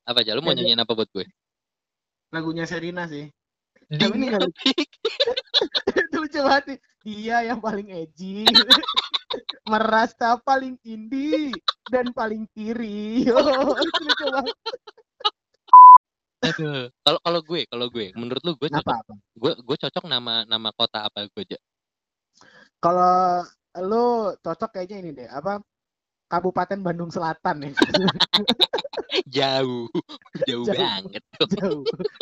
Apa aja? Lu mau nyanyiin apa buat gue? Lagunya Sherina sih. Tapi ini nggak lucu. Dinamik. Itu lucu banget nih. Dia yang paling edgy, merasa paling indie dan paling kiri. Itu lucu banget. Aduh. Kalau gue, menurut lu gue cocok. Apa? Gue cocok nama kota apa gue aja? Kalau lu cocok kayaknya ini deh, apa? Kabupaten Bandung Selatan ya. Jauh, jauh Jauh, banget tuh. jauh.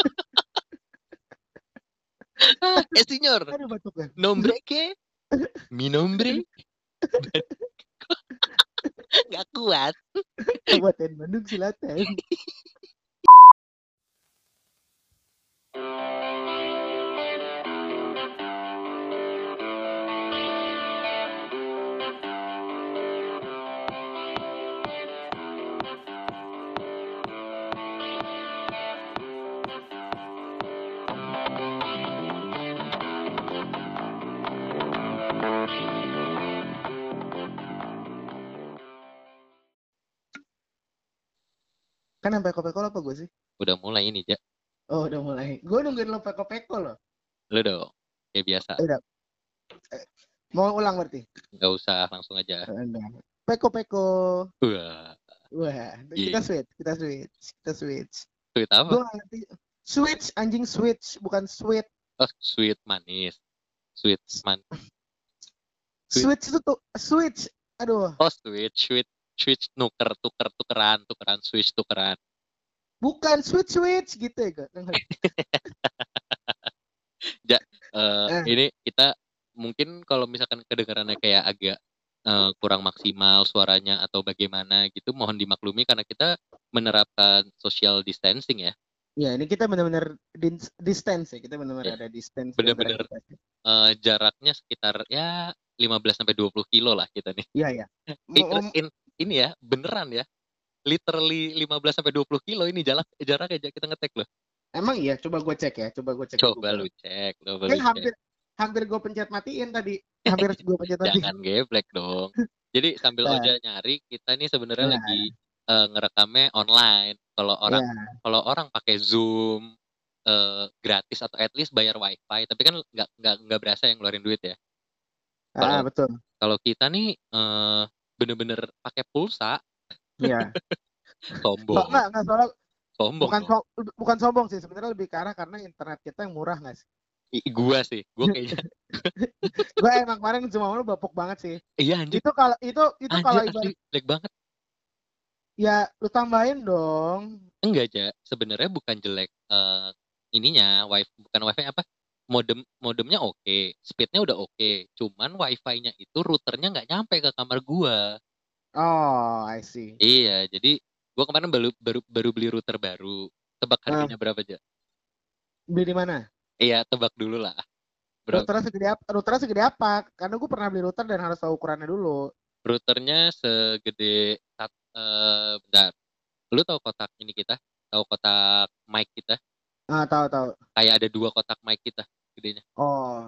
Señor, Aduh batuk ya. nombre ke? Mi nombre? Gak kuat. Kabupaten Bandung Selatan. Kan sampai peko apa gue sih? Udah mulai ini, Ja. Oh, udah mulai. Gue nungguin lo peko loh. Lu dong. Kayak biasa. Udah. Mau ulang berarti? Gak usah, langsung aja. Udah. Peko. Wah, Wah, iya. kita switch. Sweet apa? Gue nggak ngerti. Switch, anjing switch, bukan sweet. Oh, sweet manis. Sweet man. Switch itu tuh, switch. Aduh. Oh, switch tukeran, switch tukeran. Bukan switch gitu ya, Kak. Ja, ini kita mungkin kalau misalkan kedengarannya kayak agak kurang maksimal suaranya atau bagaimana gitu, mohon dimaklumi karena kita menerapkan social distancing ya. Ya, ini kita benar-benar distance ya. Kita benar-benar Ya. ada distance. Bener-bener jaraknya sekitar ya 15-20 kilo lah kita nih. Iya. Ini ya, beneran ya. Literally 15-20 kilo ini jaraknya kita ngetek loh. Emang iya, coba gue cek ya. Coba lu cek. Hampir gue pencet matiin tadi. Hampir gue pencet matiin. Jangan geblek dong. Jadi sambil Oja nyari, kita nih sebenarnya lagi ngerekamnya online. Kalau orang pakai Zoom gratis atau at least bayar wifi, tapi kan nggak berasa yang ngeluarin duit ya. Betul. Kalau kita nih bener-bener pakai pulsa. Iya. Sombong. Nggak soalnya sombong. Bukan sombong sih, sebenarnya lebih ke arah karena internet kita yang murah nggak sih? Gue kayaknya. Gue emang kemarin cuma lu bapuk banget sih. Iya anjir. Itu kalau ibarat jelek banget. Ya lu tambahin dong. Enggak aja, sebenarnya bukan jelek ininya, bukan wifi apa? Modemnya oke, speednya udah oke, cuman wifi-nya itu routernya nggak nyampe ke kamar gua. Oh, I see. Iya, jadi gua kemarin baru beli router baru. Tebak harganya berapa aja? Beli di mana? Iya, tebak dulu lah. Routernya segede apa? Karena gue pernah beli router dan harus tahu ukurannya dulu. Routernya segede bentar. Lu tahu kotak ini kita? Tahu kotak mic kita? Tahu. Kayak ada 2 kotak mic kita gedenya. Oh.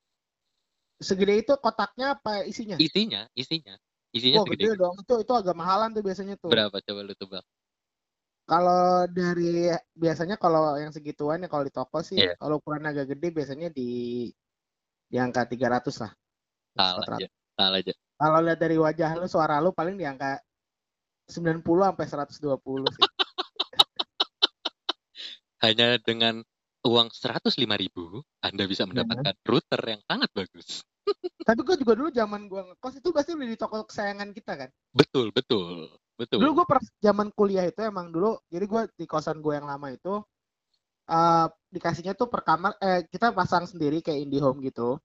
Segede itu kotaknya apa isinya? Isinya segede dong. Itu agak mahalan tuh biasanya tuh. Berapa coba lu tebak? Kalau dari biasanya kalau yang segituan ya kalau di toko sih, kalau ukuran agak gede biasanya di angka 300 lah. Salah aja. Kalau lihat dari wajah lu, suara lu paling di angka 90 sampai 120 sih. Hanya dengan uang 105.000 Anda bisa mendapatkan router yang sangat bagus. Tapi gue juga dulu zaman gue ngekos itu pasti beli di toko kesayangan kita kan. Betul. Dulu gue zaman kuliah itu emang dulu, jadi gue di kosan gue yang lama itu dikasihnya tuh per kamar, kita pasang sendiri kayak IndiHome gitu.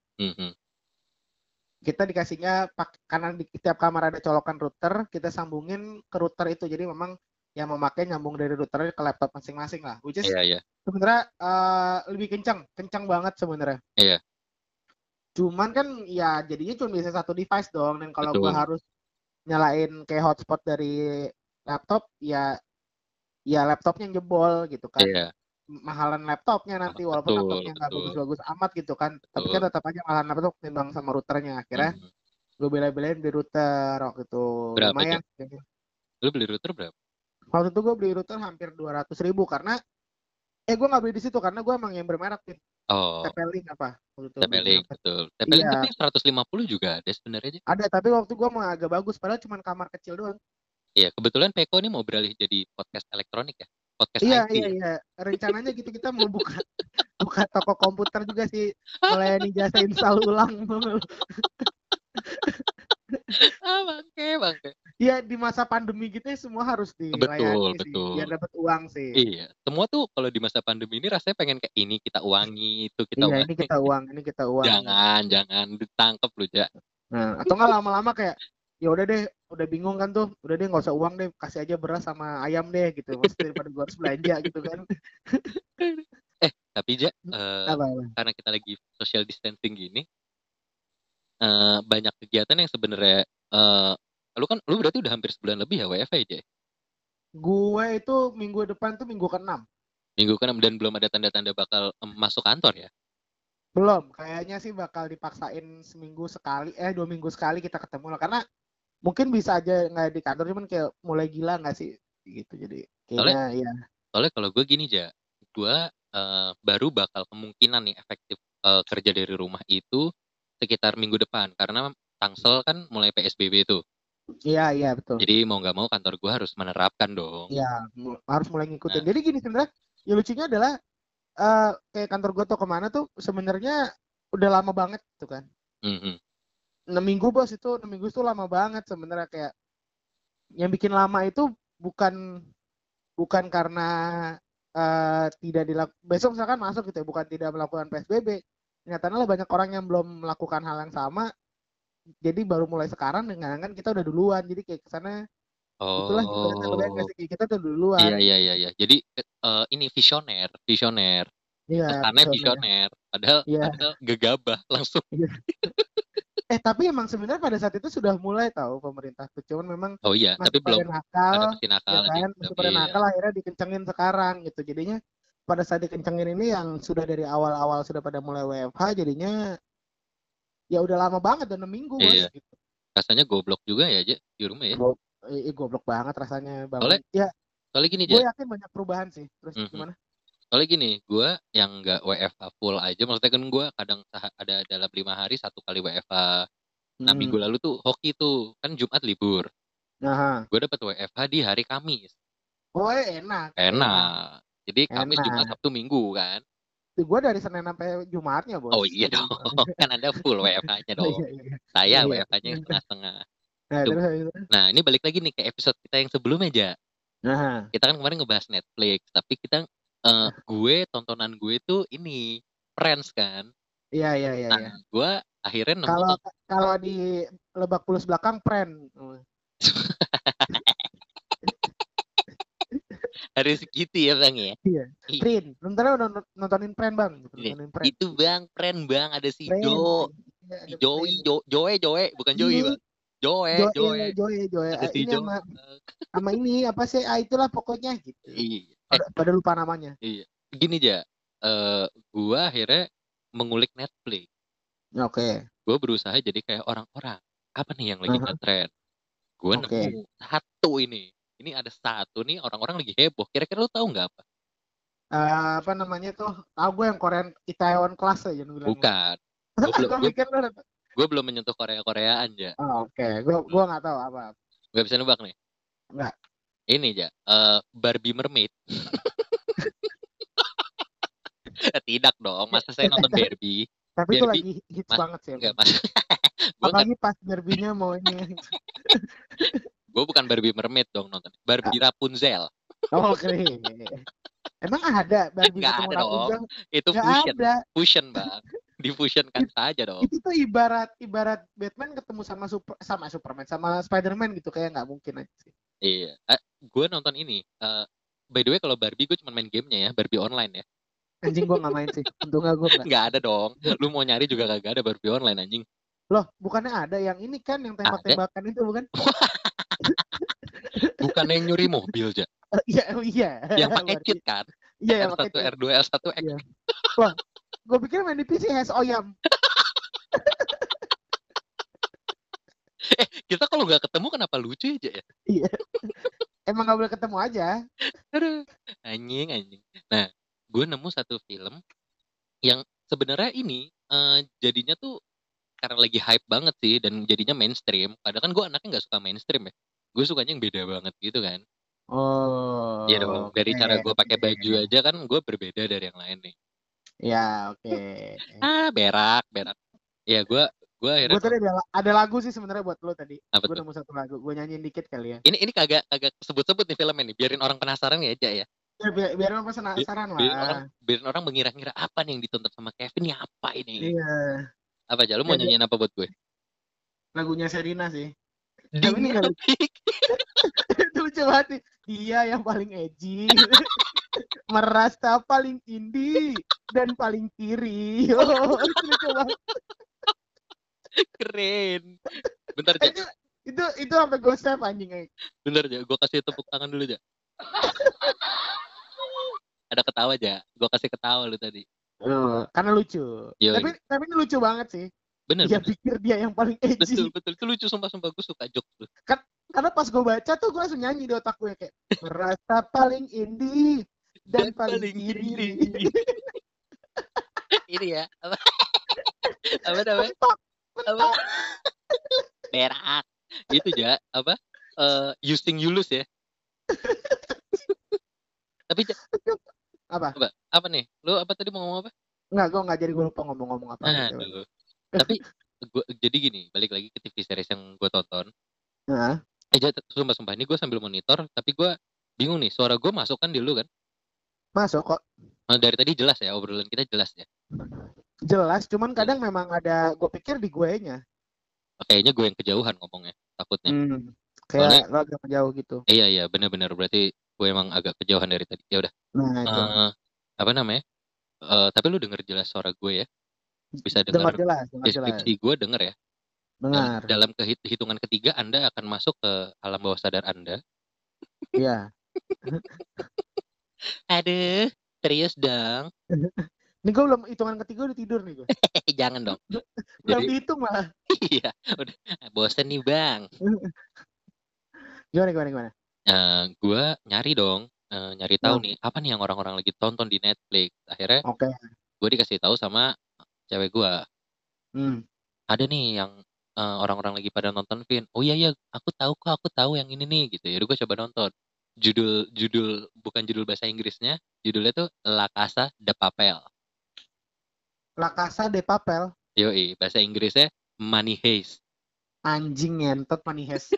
Kita dikasihnya karena di tiap kamar ada colokan router, kita sambungin ke router itu. Jadi memang yang memakai nyambung dari routernya ke laptop masing-masing lah. Which is sebenarnya lebih kencang banget sebenarnya. Iya. Cuman kan ya jadinya cuma bisa satu device dong, dan kalau gue harus nyalain kayak hotspot dari laptop ya laptopnya yang jebol gitu kan. Iya. Mahalan laptopnya nanti walaupun laptopnya nggak bagus-bagus amat gitu kan. Tapi kan tetap aja mahalan laptop ketimbang sama routernya. Akhirnya gue bela-belain di router waktu itu. Berapa lumayan. Lu beli router berapa? Waktu itu gue beli router hampir 200.000 karena gue nggak beli di situ karena gue emang yang bermerek Pin. Oh. TP-Link apa? TP-Link betul. TP-Link Iya. tapi 150 juga ada sebenarnya. Ada, tapi waktu gue mau agak bagus padahal cuma kamar kecil doang. Iya, kebetulan Peko ini mau beralih jadi podcast elektronik ya. Podcast Iya, IT iya, ya. iya. Rencananya gitu kita mau buka toko komputer juga sih, melayani jasa install ulang. Bangke. Iya, di masa pandemi gitu ya semua harus dilayani sih, biar dapat uang sih. Iya, semua tuh kalau di masa pandemi ini rasanya pengen kayak ini kita uangi, itu kita iya, uangi. ini kita uang. Jangan ditangkap lu, Ja. Nah, atau nggak lama-lama kayak ya udah deh, udah bingung kan tuh, udah deh nggak usah uang deh, kasih aja beras sama ayam deh gitu, maksudnya daripada gue harus belanja gitu kan. Tapi Ja, karena kita lagi social distancing gini, banyak kegiatan yang sebenarnya lu berarti udah hampir sebulan lebih ya WFH aja? Gue itu minggu depan tuh minggu ke-6. Minggu ke-6 dan belum ada tanda-tanda bakal masuk kantor ya? Belum, kayaknya sih bakal dipaksain 2 minggu sekali kita ketemu lah, karena mungkin bisa aja nggak di kantor, cuman kayak mulai gila nggak sih gitu, jadi kayaknya soalnya kalau gue gini Ja, gue baru bakal kemungkinan nih efektif kerja dari rumah itu sekitar minggu depan karena Tangsel kan mulai PSBB tuh. Iya betul. Jadi mau nggak mau kantor gue harus menerapkan dong. Iya, harus mulai ngikutin. Jadi gini sebenarnya, ya lucunya adalah kayak kantor gue tuh kemana tuh sebenarnya udah lama banget tuh kan. 6 minggu bos, itu 6 minggu itu lama banget sebenarnya. Kayak yang bikin lama itu bukan karena tidak dilakukan, besok misalkan masuk gitu ya, bukan tidak melakukan PSBB. Nyatanya banyak orang yang belum melakukan hal yang sama, jadi baru mulai sekarang dengan kan kita udah duluan, jadi kayak kesana itulah kita tuh duluan. Iya. Jadi ini visioner. Iya. Kesannya visioner. Padahal gegabah langsung. Iya. Tapi emang sebenarnya pada saat itu sudah mulai tahu pemerintah tuh, cuman memang tapi belum nakal, masih nakal, ya kan? Masih pada nakal, akhirnya dikencengin sekarang gitu. Jadinya pada saat dikencengin ini yang sudah dari awal-awal sudah pada mulai WFH, jadinya ya udah lama banget, udah 6 minggu bos. Gitu. Rasanya goblok juga ya aja di rumah ya. Goblok banget rasanya bangun. Soalnya gini gue yakin banyak perubahan sih. Terus gimana? Soalnya gini, gue yang nggak WFH full aja, maksudnya kan gue kadang ada dalam 5 hari 1 kali WFH. Nah minggu lalu tuh hoki tuh, kan Jumat libur. Gue dapet WFH di hari Kamis. Oh enak. Jadi Kamis, Jumat, Sabtu, Minggu kan. Gue dari Senin sampai Jumatnya bos. Oh iya dong, kan Anda full WFH-nya dong. Saya WFH-nya setengah-setengah. Nah ini balik lagi nih ke episode kita yang sebelumnya aja. Kita kan kemarin ngebahas Netflix, tapi kita gue tontonan gue tuh ini Friends kan. Iya. Nah gue akhirnya nemu kalau di Lebak Bulus belakang Friends. Harus gitu ya bang ya. Iya. Prin, bentar udah nontonin Friends bang. Itu bang, Friends bang, ada si Joey, bukan Joey bang. Joey. Ada si Joey. Sama ini apa sih? Itulah pokoknya gitu. Iya. Pada lupa namanya. Iya. Gini aja, gue akhirnya mengulik Netflix. Oke. Gue berusaha jadi kayak orang-orang. Apa nih yang lagi ngetren? Gue nemu satu ini. Ini ada satu nih orang-orang lagi heboh. Kira-kira lu tahu nggak apa? Apa namanya tuh? Tahu gue yang Korean Itaewon Class aja bilang. Bukan. Gue belum menyentuh Korea-Koreaan aja. Oke. Gue nggak tahu apa. Nggak bisa nebak nih. Nggak. Ini aja. Barbie Mermaid. Tidak dong. Masa saya nonton Barbie? Tapi itu lagi hits banget sih. Enggak, Mas. Apalagi pas Barbie-nya mau ini. Gue bukan Barbie Mermaid dong nonton. Barbie Rapunzel. Oh, keren. Emang ada Barbie ketemu Rapunzel? Itu fusion bang. Difusionkan saja dong. Itu tuh ibarat Batman ketemu sama Superman, sama Spider-Man gitu, kayak nggak mungkin aja sih. Iya. Gue nonton ini. By the way kalau Barbie gue cuma main gamenya ya, Barbie online ya. Anjing, gue nggak main sih. Untungnya gue nggak. Nggak ada dong. Lu mau nyari juga kagak ada Barbie online anjing. Loh, bukannya ada yang ini kan, yang tembak-tembakan itu bukan? Bukan yang nyuri mobil aja. Iya. Yang pakai kit kan? Iya, R1, R2, L1X. Iya. Wah, gue pikir main di PC has oyam. Kita kalau nggak ketemu kenapa lucu aja ya? Iya. Emang nggak boleh ketemu aja. Aduh, anjing. Nah, gue nemu satu film yang sebenarnya ini jadinya tuh karena lagi hype banget sih dan jadinya mainstream. Padahal kan gue anaknya nggak suka mainstream ya. Gue sukanya yang beda banget gitu kan. Iya dong. Oh, Dari oke, cara gue pakai baju oke. aja kan gue berbeda dari yang lain nih. Ya, oke. Berak. Ya gue akhirnya Gue tadi ada lagu sih sebenarnya buat lo tadi. apa Gue tuh? nemu satu lagu. Gue nyanyiin dikit kali ya. Ini kagak sebut-sebut nih filmnya nih. Biarin orang penasaran ya aja ya. Biar lo penasaran lah. Biarin orang mengira-ngira apa nih yang ditonton sama Kevin nih apa ini? Iya. Apa aja? Lu mau Jadi nyanyiin apa buat gue? lagunya Serina sih. Tapi ini Dia nggak lucu. Itu lucu banget nih. Dia yang paling edgy. Merasa paling indie dan paling kiri. Oh, itu lucu banget. keren. Bentar aja. Itu sampai gue save anjing. Bentar aja, gue kasih tepuk tangan dulu aja. Ada ketawa aja, gue kasih ketawa lu tadi. Karena lucu. Yoi. Tapi ini lucu banget sih. Bener. Pikir dia yang paling edgy. Betul. Itu lucu sumpah gue suka jokes tuh. Karena pas gue baca tuh gue langsung nyanyi di otak gue kayak merasa paling indie dan paling kiri. Ini ya apa namanya? Apa? Berak. Itu aja apa? Using Yulus ya. Tapi apa nih? Lu apa tadi mau ngomong apa? Enggak, gue nggak jadi gue lupa ngomong apa. Tapi gue jadi gini, balik lagi ke TV series yang gue tonton. Nah. Sumpah ini gue sambil monitor, tapi gue bingung nih, suara gue masuk kan di lu kan? Masuk kok. Dari tadi jelas ya, obrolan kita jelas ya? Jelas, cuman kadang memang ada, gue pikir di gue nya. Kayaknya gue yang kejauhan ngomongnya, takutnya. Kayak soalnya, lo agak kejauh gitu. Iya, benar-benar berarti gue emang agak kejauhan dari tadi. Ya udah. Apa namanya? Tapi lu denger jelas suara gue ya? Bisa dengar deskripsi gue denger ya? Dengar. Dalam hitungan ketiga Anda akan masuk ke alam bawah sadar Anda. Iya. Aduh, serius dong. Ini gue belum hitungan ketiga udah tidur nih gue. Jangan dong. Belum dihitung malah. Iya, udah bosen nih bang. Gimana? Gue nyari dong, nyari tahu nih apa nih yang orang-orang lagi tonton di Netflix. Akhirnya gue dikasih tahu sama cewek gue. Ada nih yang orang-orang lagi pada nonton film. Oh iya, aku tahu yang ini nih gitu. Ya udah gue coba nonton. Judul bukan judul bahasa Inggrisnya, judulnya tuh La Casa de Papel. La Casa de Papel. Yoi, bahasa Inggrisnya Money Heist. Anjing ngentot Money Heist.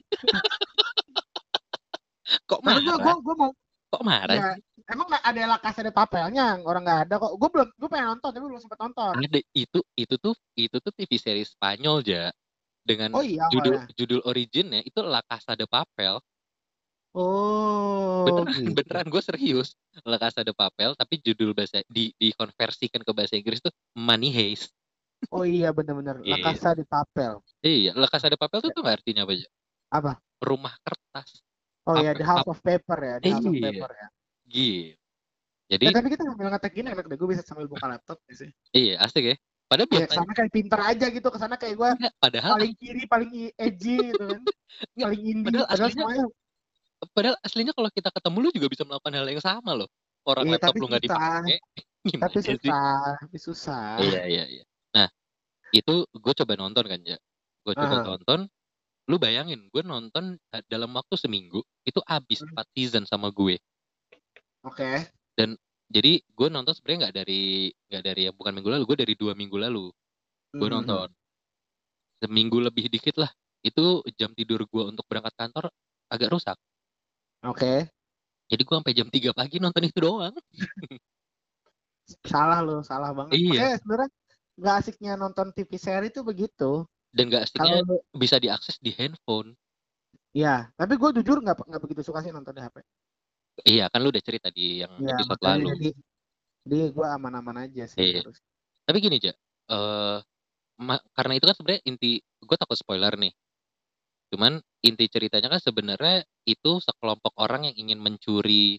Kok marah? Gue mau. Kok marah? Ya, emang nggak ada La Casa de Papelnya? Orang nggak ada kok. Gue pengen nonton tapi belum sempat nonton. Ada itu tuh TV series Spanyol aja dengan judul originnya itu La Casa de Papel. Oh, beneran gue serius. La Casa de Papel tapi judul bahasa dikonversikan ke bahasa Inggris tuh Money Heist. Oh iya benar-benar La Casa de Papel. Iya, La Casa de Papel tuh artinya apa aja? Apa? Rumah kertas. Oh iya, The House of Paper ya, The House of Paper ya. Gitu. Jadi tapi kita sambil ngetek gini enak deh, gue bisa sambil buka laptop sih. Iya, asik ya. Padahal ya, kesana kayak pinter aja gitu, kesana kayak gue paling kiri, paling edgy gitu kan. Paling indie, padahal aslinya kalau kita ketemu lu juga bisa melakukan hal yang sama loh. Orang laptop lu nggak dipakai. Tapi susah. Iya. Nah, itu gue coba nonton kan ya. Gue coba nonton. Lu bayangin, gue nonton dalam waktu seminggu itu habis 4 season sama gue. Oke. Dan jadi gue nonton sebenarnya nggak dari yang bukan minggu lalu, gue dari 2 minggu lalu gue nonton. Seminggu lebih dikit lah. Itu jam tidur gue untuk berangkat kantor agak rusak. Oke. Jadi gue sampai jam 3 pagi nonton itu doang. Salah banget. Iya. Makanya sebenarnya nggak asiknya nonton TV seri itu begitu. Dan nggak asiknya bisa diakses di handphone. Iya, tapi gue jujur nggak begitu suka sih nonton di HP. Iya, kan lu udah cerita di yang episode lalu. Jadi gue aman-aman aja sih. Iya. Tapi gini aja, karena itu kan sebenarnya inti, gue takut spoiler nih. Cuman inti ceritanya kan sebenarnya itu sekelompok orang yang ingin mencuri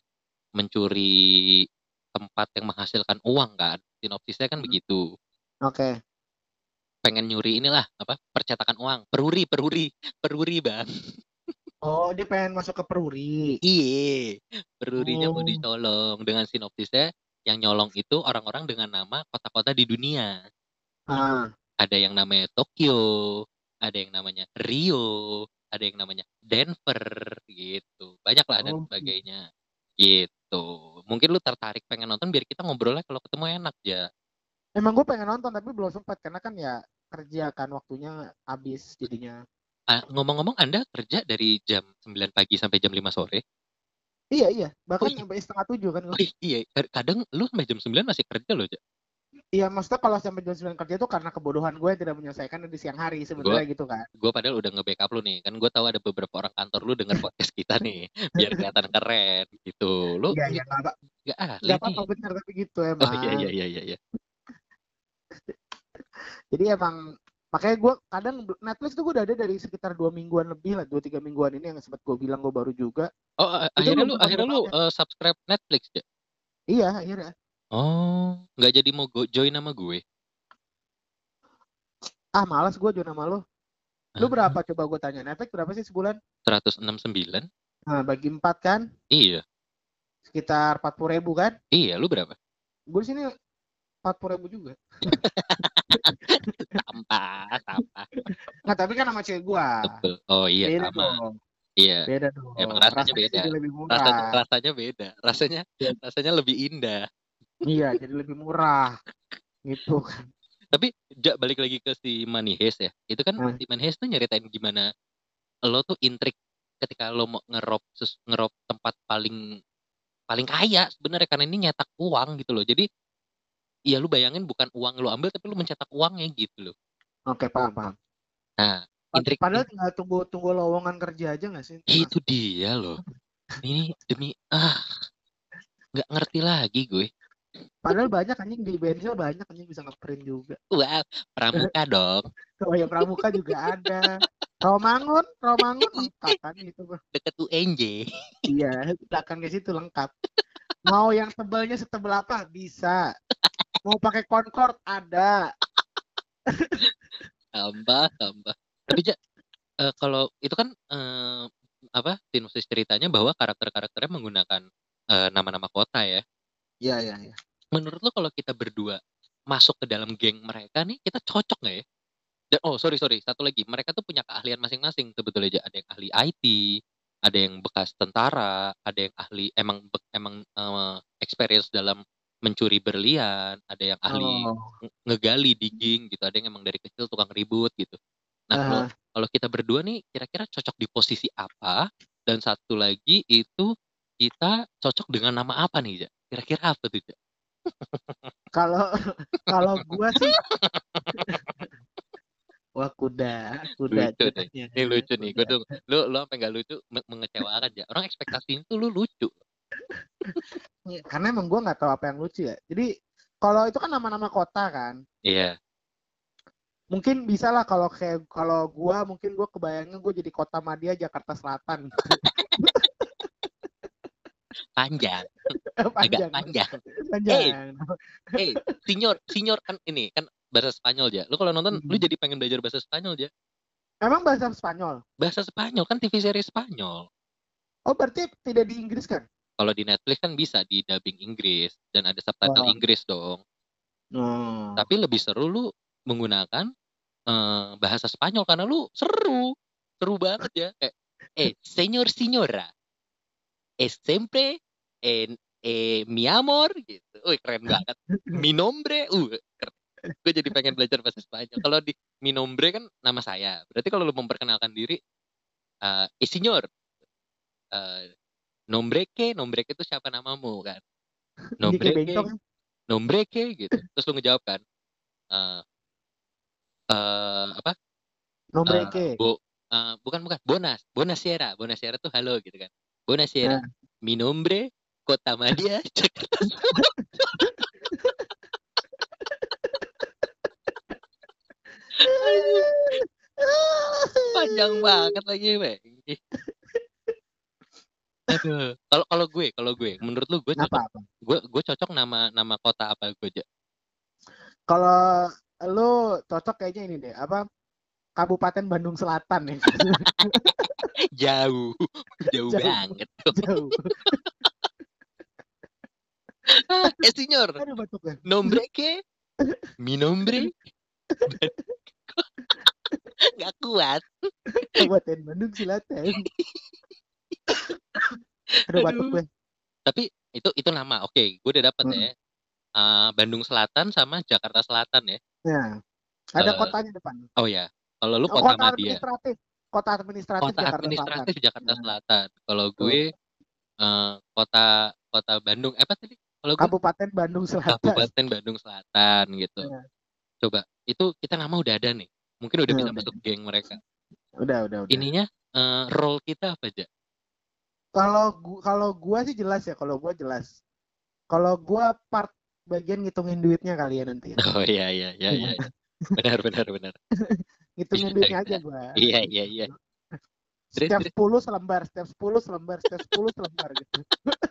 tempat yang menghasilkan uang kan. Sinopsisnya kan begitu. Oke. Pengen nyuri inilah apa? Percetakan uang, peruri bang. Oh, dia pengen masuk ke Peruri. Iya, Perurinya mau Oh. dicolong dengan sinopsisnya yang nyolong itu orang-orang dengan nama kota-kota di dunia. Ada yang namanya Tokyo, ada yang namanya Rio, ada yang namanya Denver gitu. Banyak lah dan sebagainya. Gitu. Mungkin lu tertarik pengen nonton biar kita ngobrolnya kalau ketemu enak ya. Emang gue pengen nonton tapi belum sempat karena kan ya kerja kan waktunya habis jadinya. Ngomong-ngomong Anda kerja dari jam 9 pagi sampai jam 5 sore? Iya, Oh bahkan iya, sampai setengah 7 kan gue. iya. Kadang lu sampai jam 9 masih kerja loh, Ja. Iya, maksudnya kalau sampai jam 9 kerja itu karena kebodohan gue yang tidak menyelesaikan di siang hari Gue sebenarnya gitu kan. gue padahal udah nge-backup lu nih. Kan gue tahu ada beberapa orang kantor lu denger podcast kita nih. Biar kelihatan keren gitu. Lu Iya, nggak ahli nggak nih. apa-apa benar tapi gitu Oh iya, emang. iya, iya, iya, iya. Jadi emang makanya gue kadang Netflix tuh gue udah ada dari sekitar 2 mingguan lebih lah, 2-3 mingguan ini yang sempat gue bilang gue baru juga. Oh, Itu belum sempat gue akhirnya lu pakai. subscribe Netflix ya? Iya, akhirnya. Oh, nggak jadi mau join sama gue? Malas gue join sama lo. Lu berapa coba gue tanya? Netflix berapa sih sebulan? 169? Nah, bagi 4 kan? Iya. Sekitar 40.000 kan? Iya, lu berapa? Gue di sini 40.000 juga. Sampah. Nggak, tapi kan sama cewek gue. Betul. Oh iya, Beda sama. dong. Iya. Beda Emang dong. rasanya Rasanya beda. jadi lebih murah. Rasanya beda. Ya, Rasanya lebih indah. iya, jadi lebih murah. Gitu kan. Tapi balik lagi ke si Money Heist ya. Itu kan Nah, si Money Heist tuh nyeritain gimana lo tuh intrik ketika lo mau ngerob tempat paling paling kaya sebenarnya karena ini nyetak uang gitu loh. Jadi ya lu bayangin bukan uang lo ambil tapi lu mencetak uangnya gitu loh. oke, paham. Nah, intrik Padahal tinggal tunggu lowongan kerja aja nggak sih? itu dia loh. Ini demi nggak ngerti lagi gue. Padahal banyak anjing di Bensil, banyak anjing bisa ngeprint juga. Wah, pramuka dong. Oh ya, Pramuka juga ada. Romangun lengkap kan itu. Deket UNJ. Iya, belakang ke situ lengkap. Mau yang tebalnya setebal apa? Bisa. Mau pakai Concord ada. Tambah. Tapi kalau itu kan apa sinopsis ceritanya bahwa karakternya menggunakan nama-nama kota ya. Iya. Menurut lo kalau kita berdua masuk ke dalam geng mereka nih, kita cocok nggak ya? Dan sorry, satu lagi, mereka tuh punya keahlian masing-masing sebetulnya aja. Ada yang ahli IT, ada yang bekas tentara, ada yang ahli emang experience dalam mencuri berlian, ada yang ahli ngegali digging gitu, ada yang emang dari kecil tukang ribut gitu. Nah, kalau kita berdua nih kira-kira cocok di posisi apa? Dan satu lagi itu kita cocok dengan nama apa nih, Ja? Kira-kira apa tuh, Ja? Kalau gua sih wah kuda Lucu nih. ceritanya. Ini lucu nih. Kuda. Gue tuh lu sampai nggak lucu mengecewakan ya. Orang ekspektasinya tuh lu lucu. Karena emang gua nggak tahu apa yang lucu ya. Jadi kalau itu kan nama-nama kota kan. Iya. Mungkin bisa lah kalau gua mungkin gua kebayangnya gua jadi Kota Madia Jakarta Selatan. Panjang. Agak Panjang. panjang. Panjang. Senior kan ini kan bahasa Spanyol ya. Lu kalau nonton lu jadi pengen belajar bahasa Spanyol ya. Emang bahasa Spanyol? Bahasa Spanyol kan TV series Spanyol. Oh, berarti tidak di Inggris kan? Kalau di Netflix kan bisa di dubbing Inggris dan ada subtitle Inggris dong. Tapi lebih seru lu menggunakan bahasa Spanyol karena lu seru banget ya. Kayak señora, siempre mi amor gitu. Keren banget. Mi nombre, keren. Gue jadi pengen belajar bahasa Spanyol. Kalau di mi nombre kan nama saya. Berarti kalau lu memperkenalkan diri, señor, nombre que itu siapa namamu kan? Nombre que gitu. Terus lu ngejawab kan, apa? Nombre que. Bukan Bonasiera tuh halo gitu kan. Bonasiera, mi nombre Kota Madia Jakarta. Panjang banget lagi, Bang. Aduh, kalau gue, menurut lu gue cocok. Gue cocok nama kota apa gue aja? Kalau lu cocok kayaknya ini deh, apa? Kabupaten Bandung Selatan ya. Jauh banget. Jauh. Senyor. Aduh batuknya. Nombre ke? Mi nombre? Nggak kuat. Kabupaten Bandung Selatan. Aduh batuk gue. Tapi itu nama. Oke, gue udah dapat ya. Bandung Selatan sama Jakarta Selatan ya. Ya. Ada kotanya depan. Oh ya. Kalau lu kota Madia. Kota administratif Jakarta Selatan. Kalau gue kota Bandung apa tadi? Kalau Kabupaten Bandung Selatan. Kabupaten Bandung Selatan gitu. Ya. Coba itu kita nama udah ada nih. Mungkin udah bisa masuk geng mereka. Udah. Ininya role kita apa aja? Kalau gua sih jelas ya. Kalau gua part bagian ngitungin duitnya kali ya nanti. Oh iya. Benar. Ngitungin duitnya aja gua. Iya. Setiap 10 selembar gitu.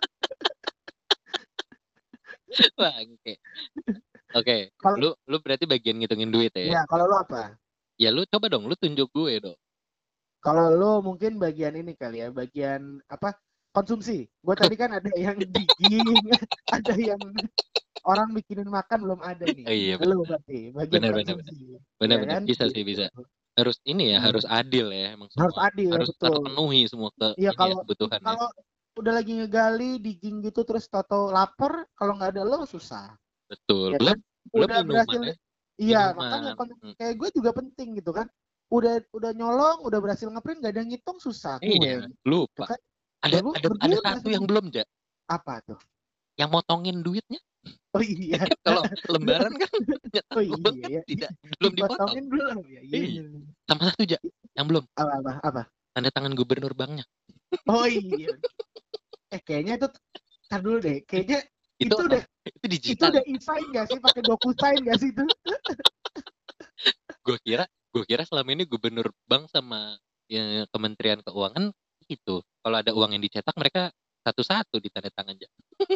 Oke. Lu berarti bagian ngitungin duit ya? Iya, kalau lu apa? Ya lu coba dong, lu tunjuk gue dong. Kalau lu mungkin bagian ini kali ya, bagian apa? Konsumsi. Gue tadi kan ada yang digging, ada yang orang bikinin makan belum ada nih. Iya, lu berarti bagian konsumsi. Benar. Kan? Bisa sih, bisa. Harus ini ya, harus adil ya emang semua. Harus adil, harus betul. terpenuhi semua kebutuhan. Kalau udah lagi ngegali, digging gitu terus toto lapar, kalau nggak ada lo susah. Betul. Ya kan? Udah berhasil. Ya? Iya, makanya kayak gue juga penting gitu kan. Udah nyolong, udah berhasil ngeprint, gak ada yang ngitung susah. Iya, lupa. Kan? Ada satu yang belum, Ja. Apa tuh? Yang motongin duitnya. Oh iya. Kalau lembaran kan oh iya. belum dipotong. Belum ya. Iya. Sama satu, Ja, yang belum. Apa? Tanda tangan gubernur banknya. Oh iya. Kayaknya itu tar dulu deh. Kayaknya itu digital. Itu udah e-sign nggak sih? Pakai DocuSign nggak sih itu? Gue kira selama ini gubernur bank sama ya, Kementerian Keuangan itu kalau ada uang yang dicetak mereka satu-satu ditanda tangan aja.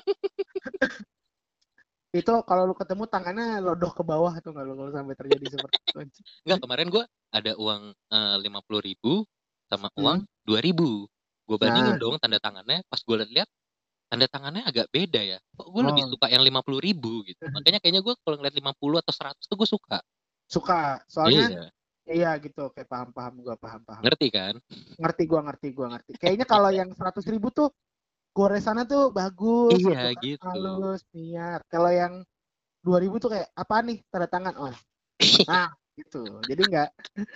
Itu kalau lu ketemu tangannya lodoh ke bawah tuh nggak lu kalau sampai terjadi seperti itu? Enggak, kemarin gue ada uang 50.000 sama uang 2.000. Gue bandingin dong tanda tangannya. Pas gue lihat tanda tangannya agak beda ya. Kok gue lebih suka yang 50.000 gitu. Makanya kayaknya gue kalau ngeliat 50 atau 100 tuh gue suka. Soalnya iya gitu, kayak paham gue paham. Ngerti kan? Ngerti gue. Kayaknya kalau yang 100.000 tuh goresannya tuh bagus. Iya gitu. Halus, niat. Kalau yang 2.000 tuh kayak apa nih tanda tangan? Oh. Nah, gitu. Jadi enggak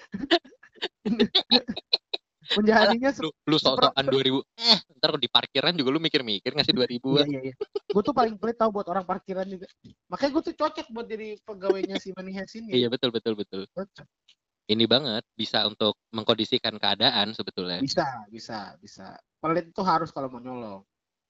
menjadinya lu sosokan 2.000. Ntar di parkiran juga lu mikir-mikir ngasih 2.000-an. Iya. Gue tuh paling pelit tau buat orang parkiran juga. Makanya gue tuh cocok buat jadi pegawainya si Money Heist ini. Iya betul. Cocok. Ini banget bisa untuk mengkondisikan keadaan sebetulnya. Bisa. Pelit itu harus kalau mau nyolong.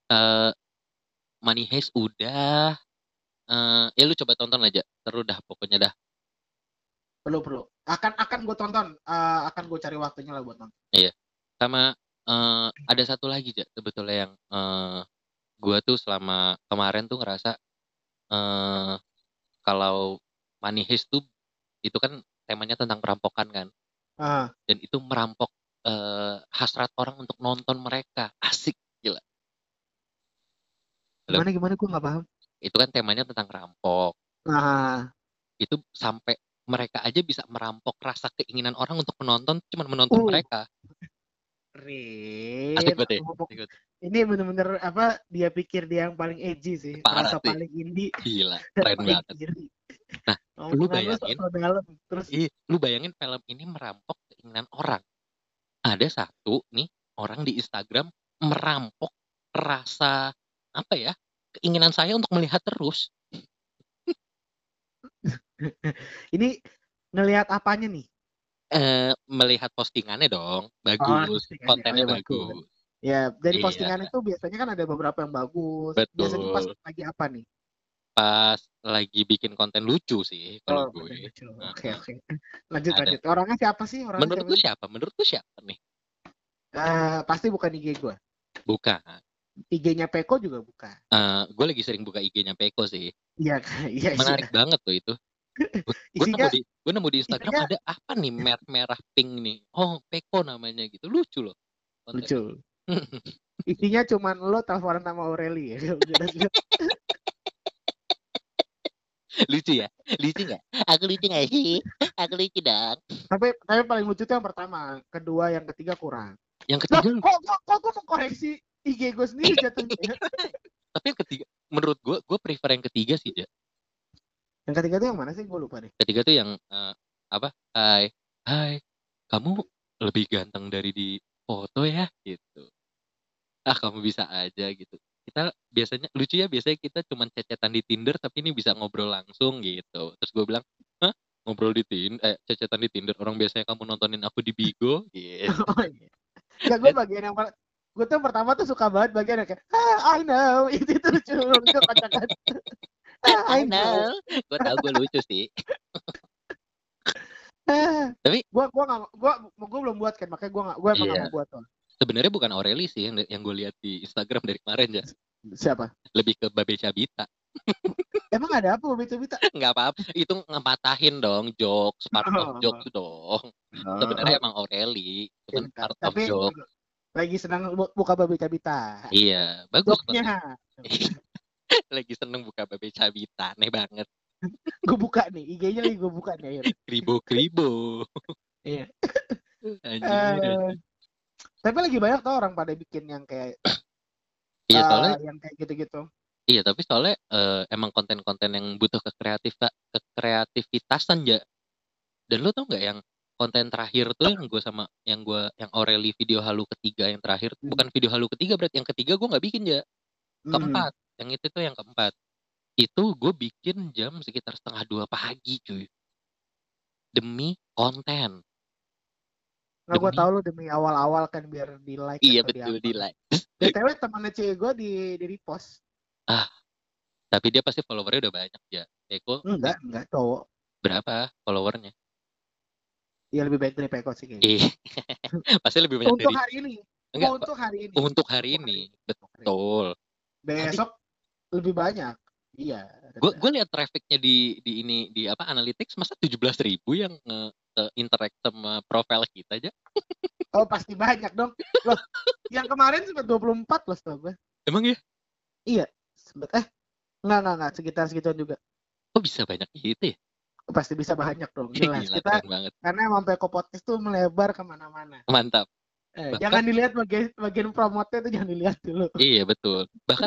Money Heist udah. Ya lu coba tonton aja. Seru dah pokoknya dah. Perlu. Akan gue tonton. Akan gue cari waktunya lah buat nonton. Iya. Sama ada satu lagi aja sebetulnya yang gue tuh selama kemarin tuh ngerasa kalau Money Heist tuh itu kan temanya tentang perampokan kan. Dan itu merampok hasrat orang untuk nonton mereka. Asik, gila. Gimana gue nggak paham. Itu kan temanya tentang rampok. Itu sampai mereka aja bisa merampok rasa keinginan orang untuk menonton, cuma menonton mereka. Asik banget ya. Ini bener-bener apa? Dia pikir dia yang paling edgy sih. Merasa paling indie. Gila, keren banget. Nah, lu bayangin. Terus lu bayangin film ini merampok keinginan orang. Ada satu nih orang di Instagram merampok rasa apa ya? Keinginan saya untuk melihat terus. Ini ngelihat apanya nih? Melihat postingannya dong, bagus, kontennya bagus. Ya, dari postingan itu biasanya kan ada beberapa yang bagus. Betul. Biasanya pas lagi apa nih? Pas lagi bikin konten lucu sih kalau gue. Oke. Lanjut. Orangnya siapa sih? Menurut lu siapa nih? Pasti bukan IG gue. Bukan. IG-nya Peko juga bukan. Gue lagi sering buka IG-nya Peko sih. Iya. Menarik banget tuh itu. Isinya gue nemu di Instagram ada apa nih merah pink nih. Oh, Peko namanya gitu. Lucu loh. Lucu. Isinya cuman lo teleponan sama Aureli ya. Lucu ya? Lucu nggak? Aku lucu nggak sih? Aku lucu dong. Tapi paling lucu tuh yang pertama, kedua, yang ketiga kurang. Yang ketiga kok gue mau koreksi IG gue sendiri jatuhnya. Tapi yang ketiga, menurut gue prefer yang ketiga sih, Ja. Yang ketiga tuh yang mana sih? Gue lupa deh. Ketiga tuh yang apa? Hai, kamu lebih ganteng dari di foto ya, gitu. Kamu bisa aja gitu. Kita biasanya lucu ya, biasanya kita cuman cecetan di Tinder tapi ini bisa ngobrol langsung gitu. Terus gue bilang, hah, ngobrol di Tinder, cecetan di Tinder, orang biasanya kamu nontonin aku di Bigo gitu. Oh, iya. Gak, gue tuh pertama tuh suka banget bagian yang kayak I know itu lucu kocak. I know, gue tau gue lucu sih. Tapi gue belum buat kan, makanya gue emang gak mau buat tuh. Sebenarnya bukan Aureli sih yang gue lihat di Instagram dari kemarin, ya. Siapa? Lebih ke Babe Cabita. Emang ada apa Babe Cabita? Nggak apa-apa, itu ngepatahin dong jokes, part of jokes dong. Sebenarnya emang Aureli, cuman part of jokes. Lagi senang buka Babe Cabita. Iya, bagus. Joknya. Lagi seneng buka Babe Cabita, aneh banget. Gue buka nih, IG-nya lagi gue buka nih. Kribo. Iya. Anjir. Tapi lagi banyak tuh orang pada bikin yang kayak iya, soalnya yang kayak gitu-gitu. Iya, tapi soalnya emang konten-konten yang butuh kekreativitasan, ya. Dan lo tau nggak yang konten terakhir tuh yang Aureli video halu ketiga yang terakhir, bukan video halu ketiga, berarti yang ketiga gue nggak bikin, ya. Keempat, yang itu tuh yang keempat. Itu gue bikin jam sekitar 1:30 pagi, cuy. Demi konten. Nggak, gue tau lu demi awal-awal kan biar di like. Iya, betul, di like. BTW temannya cewek gue di repost. Tapi dia pasti followernya udah banyak, ya. Peko enggak cowok. Berapa followernya? Iya, lebih baik dari Peko sih kayaknya. Pasti lebih banyak untuk hari ini. Untuk hari ini. Betul. Besok lebih banyak. Iya. Gue lihat trafficnya di apa analytics, masa 17.000 yang interact sama profile kita aja. Oh, pasti banyak dong. Loh, yang kemarin sempat 24 loh setahu gue. Emang ya? Iya, sempat enggak sekitar segituan juga. Oh, bisa banyak gitu ya? Pasti bisa banyak dong, jelas. Gila, kita karena emang Peko Podcast tuh melebar kemana-mana. Mantap. Jangan dilihat bagian promote itu, jangan dilihat dulu. Iya, betul. Bahkan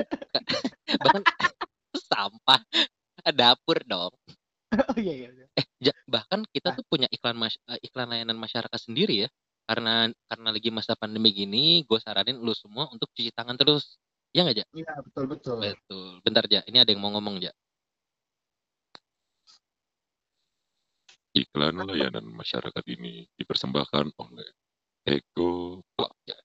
sampah dapur dong. Oh iya. Bahkan kita tuh punya iklan layanan masyarakat sendiri, ya. Karena lagi masa pandemi gini, gue saranin lu semua untuk cuci tangan terus. Ya nggak, Ja? Iya, betul. Bentar, Ja. Ini ada yang mau ngomong, Ja. Iklan layanan masyarakat ini dipersembahkan oleh Eko Podcast.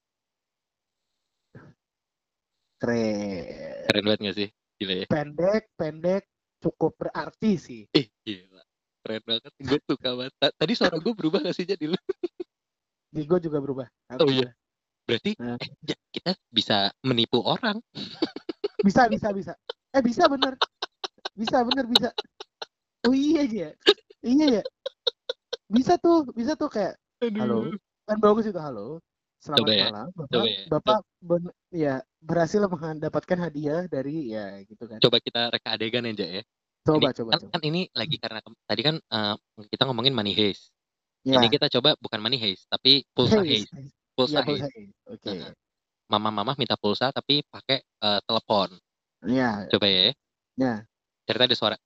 Keren banget nggak sih? Gila ya? Pendek, cukup berarti sih. Gila. Keren banget. Gue suka banget. Tadi suara gue berubah gak sih, jadi lu? Di gue juga berubah. Oh iya. Berarti kita bisa menipu orang. Bisa. Bisa bener. Bisa. Oh iya aja. Iya ya. Bisa tuh kayak halo. Kan bagus itu, halo. Selamat malam, Bapak. Ya, berhasil mendapatkan hadiah dari, ya gitu kan. Coba kita reka adegan aja, ya. Coba. Kan ini lagi karena tadi kan kita ngomongin money heist. Ya. Ini kita coba bukan money heist, tapi pulsa heist. Pulsa heist. Oke. Mama minta pulsa tapi pakai telepon. Iya. Coba ya. Ya. Cerita ada suara.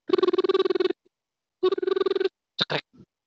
Cekrek.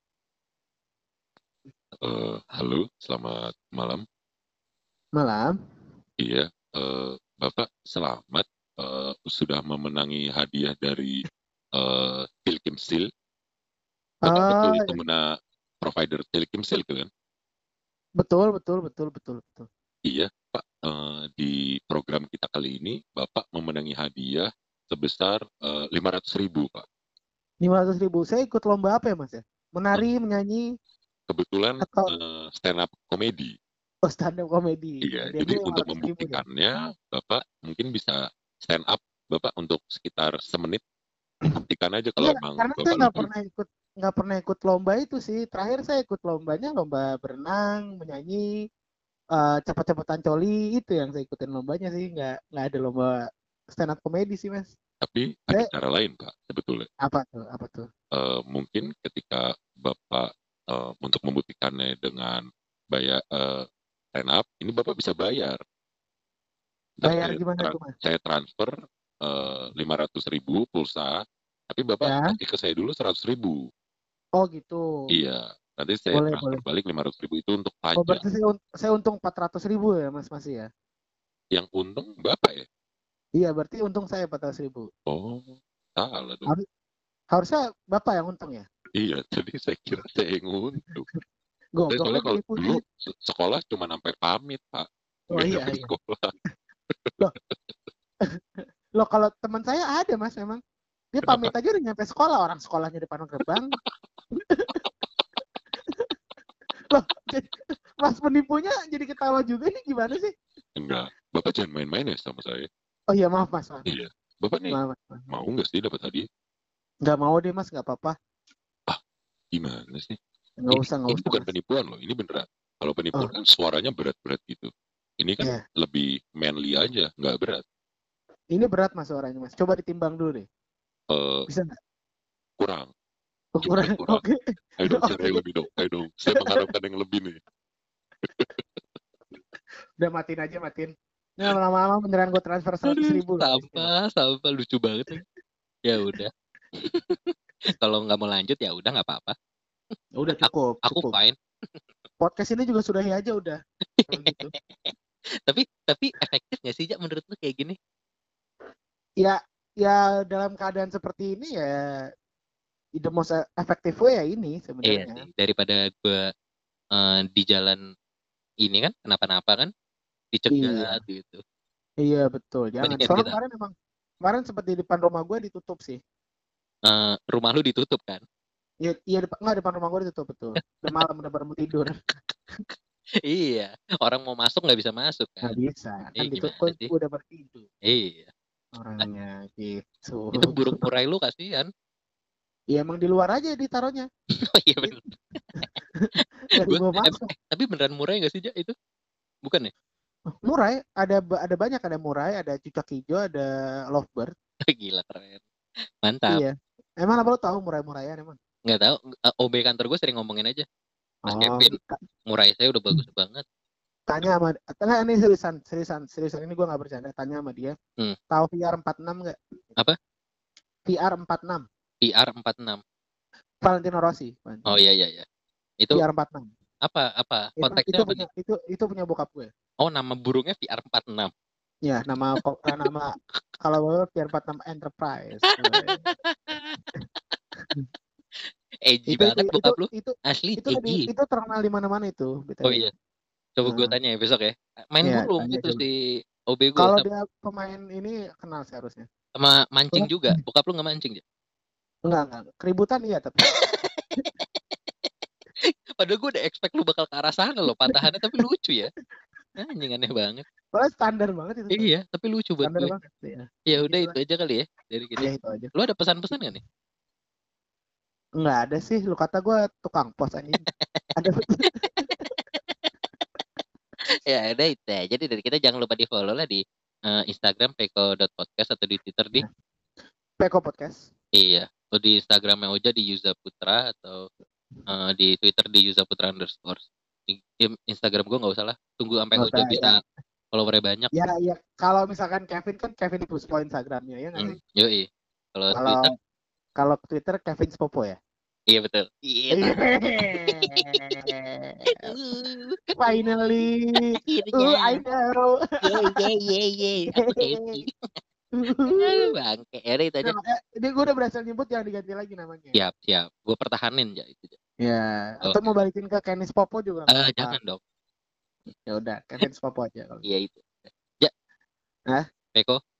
Halo, selamat malam. Malam. Iya, Bapak selamat sudah memenangi hadiah dari Telkomsel. Bapak betul pengguna provider Telkomsel kan? Betul. Iya, Pak. Di program kita kali ini, Bapak memenangi hadiah sebesar 500.000, Pak. 500.000. Saya ikut lomba apa ya, Mas? Menari, menyanyi? Kebetulan stand up komedi. Oh, stand up komedi. Iya, jadi untuk membuktikannya, Bapak mungkin bisa stand up, Bapak, untuk sekitar semenit. Buktikan aja kalau emang karena saya nggak pernah ikut lomba itu sih. Terakhir saya ikut lombanya lomba berenang, menyanyi, cepet-cepetan coli, itu yang saya ikutin lombanya sih. Nggak ada lomba stand up comedy sih, Mas. Tapi ada cara lain, Pak, sebetulnya. Apa tuh? Mungkin ketika Bapak untuk membuktikannya dengan bayar stand up, ini Bapak bisa bayar. Bayar gimana tuh, Mas? Saya transfer 500.000 pulsa, tapi Bapak kasih ke saya dulu 100.000. Oh gitu. Iya, nanti saya transfer balik 500.000 itu untuk pajak. Oh berarti saya untung 400.000 ya, Mas, masih ya? Yang untung Bapak ya? Iya, berarti untung saya 400.000. Oh, salah dong. Harusnya Bapak yang untung ya? Iya, jadi saya kira saya yang untung. Soalnya kalau dulu sekolah cuma sampai pamit, Pak. Oh iya. Sekolah. Loh, kalau teman saya ada, Mas, memang. Dia pamit aja udah nyampe sekolah, orang sekolahnya depan gerbang. Loh, Mas penipunya jadi ketawa juga nih, gimana sih? Enggak, Bapak jangan main-main ya sama saya. Oh iya, maaf Mas. Iya, Bapak nih mau nggak sih dapat hadiah? Nggak mau deh, Mas, nggak apa-apa. Gimana sih? Nggak usah. Ini bukan penipuan loh, ini beneran. Kalau penipuan kan suaranya berat-berat gitu. Ini kan lebih manly aja, nggak berat. Ini berat, Mas, suaranya, Mas. Coba ditimbang dulu deh. Bisa nggak? Kurang. Kurang. Oke. Ayo dong, yang lebih dong. Ayo dong. Saya mengharapkan yang lebih nih. Udah matiin. Nah, lama-lama beneran gue transfer 100.000. Sampah, lucu banget. Ya udah. Kalau nggak mau lanjut ya udah nggak apa-apa. Udah cukup. Aku fine. Podcast ini juga sudahi aja udah. Gitu. tapi efektif nggak sih, Jak, menurut lu kayak gini? Ya dalam keadaan seperti ini ya the most effective way ya ini sebenarnya. Iya sih, daripada gue di jalan ini kan kenapa-napa kan dicegat gitu. Iya betul, jangan. Soalnya kemarin seperti di depan rumah gue ditutup sih. Rumah lu ditutup kan? Iya depan rumah gue ditutup, betul. Udah malam, udah baru mau tidur. Iya, orang mau masuk nggak bisa masuk kan? Nggak bisa, kan ditutup udah bertidur. Iya. Orangnya gitu. Itu burung murai lu kasihan. Iya, emang di luar aja ditaruhnya. Oh iya benar. Tapi beneran murai nggak sih, Jak, itu? Bukan ya? Murai, ada banyak, ada murai, ada cucak hijau, ada lovebird. Gila, keren. Mantap. Iya. Emang apa lo tahu murai-muraian emang? Nggak tahu. OB kantor gue sering ngomongin aja. Mas Kevin, murai saya udah bagus banget. Tanya ini seriusan ini gue nggak bercanda. Tanya sama dia. Tahu VR46 nggak? Apa? VR46. VR46. Valentino Rossi. Oh iya. Itu VR46. Apa? Konteksnya apa? Itu punya bokap gue. Oh, nama burungnya VR46. Ya, nama kalau VR46 Enterprise. Edgy banget bokap lu. Asli edgy. Itu terkenal di mana-mana itu. Oh iya. Coba gue tanya ya besok ya. Main burung itu si OB gue. Kalau dia pemain ini kenal seharusnya. Sama mancing juga. Bokap lu nggak mancing ya? Enggak. Keributan iya tapi. Padahal gue udah expect lu bakal ke arah sana loh patahannya, tapi lucu ya. Anjing, aneh banget. Padahal standar banget itu. Iya, tapi lucu buat gue. Banget, ya. Ya udah itu aja kali ya dari kita. Ya, itu aja. Lu ada pesan-pesan gak nih? Enggak ada sih, lu kata gue tukang pos anjing. Ada. Ya udah itu aja. Jadi dari kita jangan lupa di-follow lah di Instagram peko.podcast atau di Twitter di Peko Podcast. Iya, atau di Instagramnya Oja di Yuza Putra atau di Twitter di Yuza Putra _ di Instagram gue nggak usah lah, tunggu sampai Oja bisa followernya banyak. Ya kalau misalkan Kevin Puspo Instagramnya ya nggak sih? Yoi. Kalau Twitter Kevin Spopo ya. Iya betul. Iya. Finally. I know. Yeah. Bangke, ya itu aja. Ini gue udah berhasil nyebut, jangan diganti lagi namanya. Siap. Gue pertahanin ya itu. Ya, atau mau balikin ke Kenis Popo juga. Jangan dong. Ya udah, Kevin Popo aja kalau. Iya itu. Ya. Hah? Peko.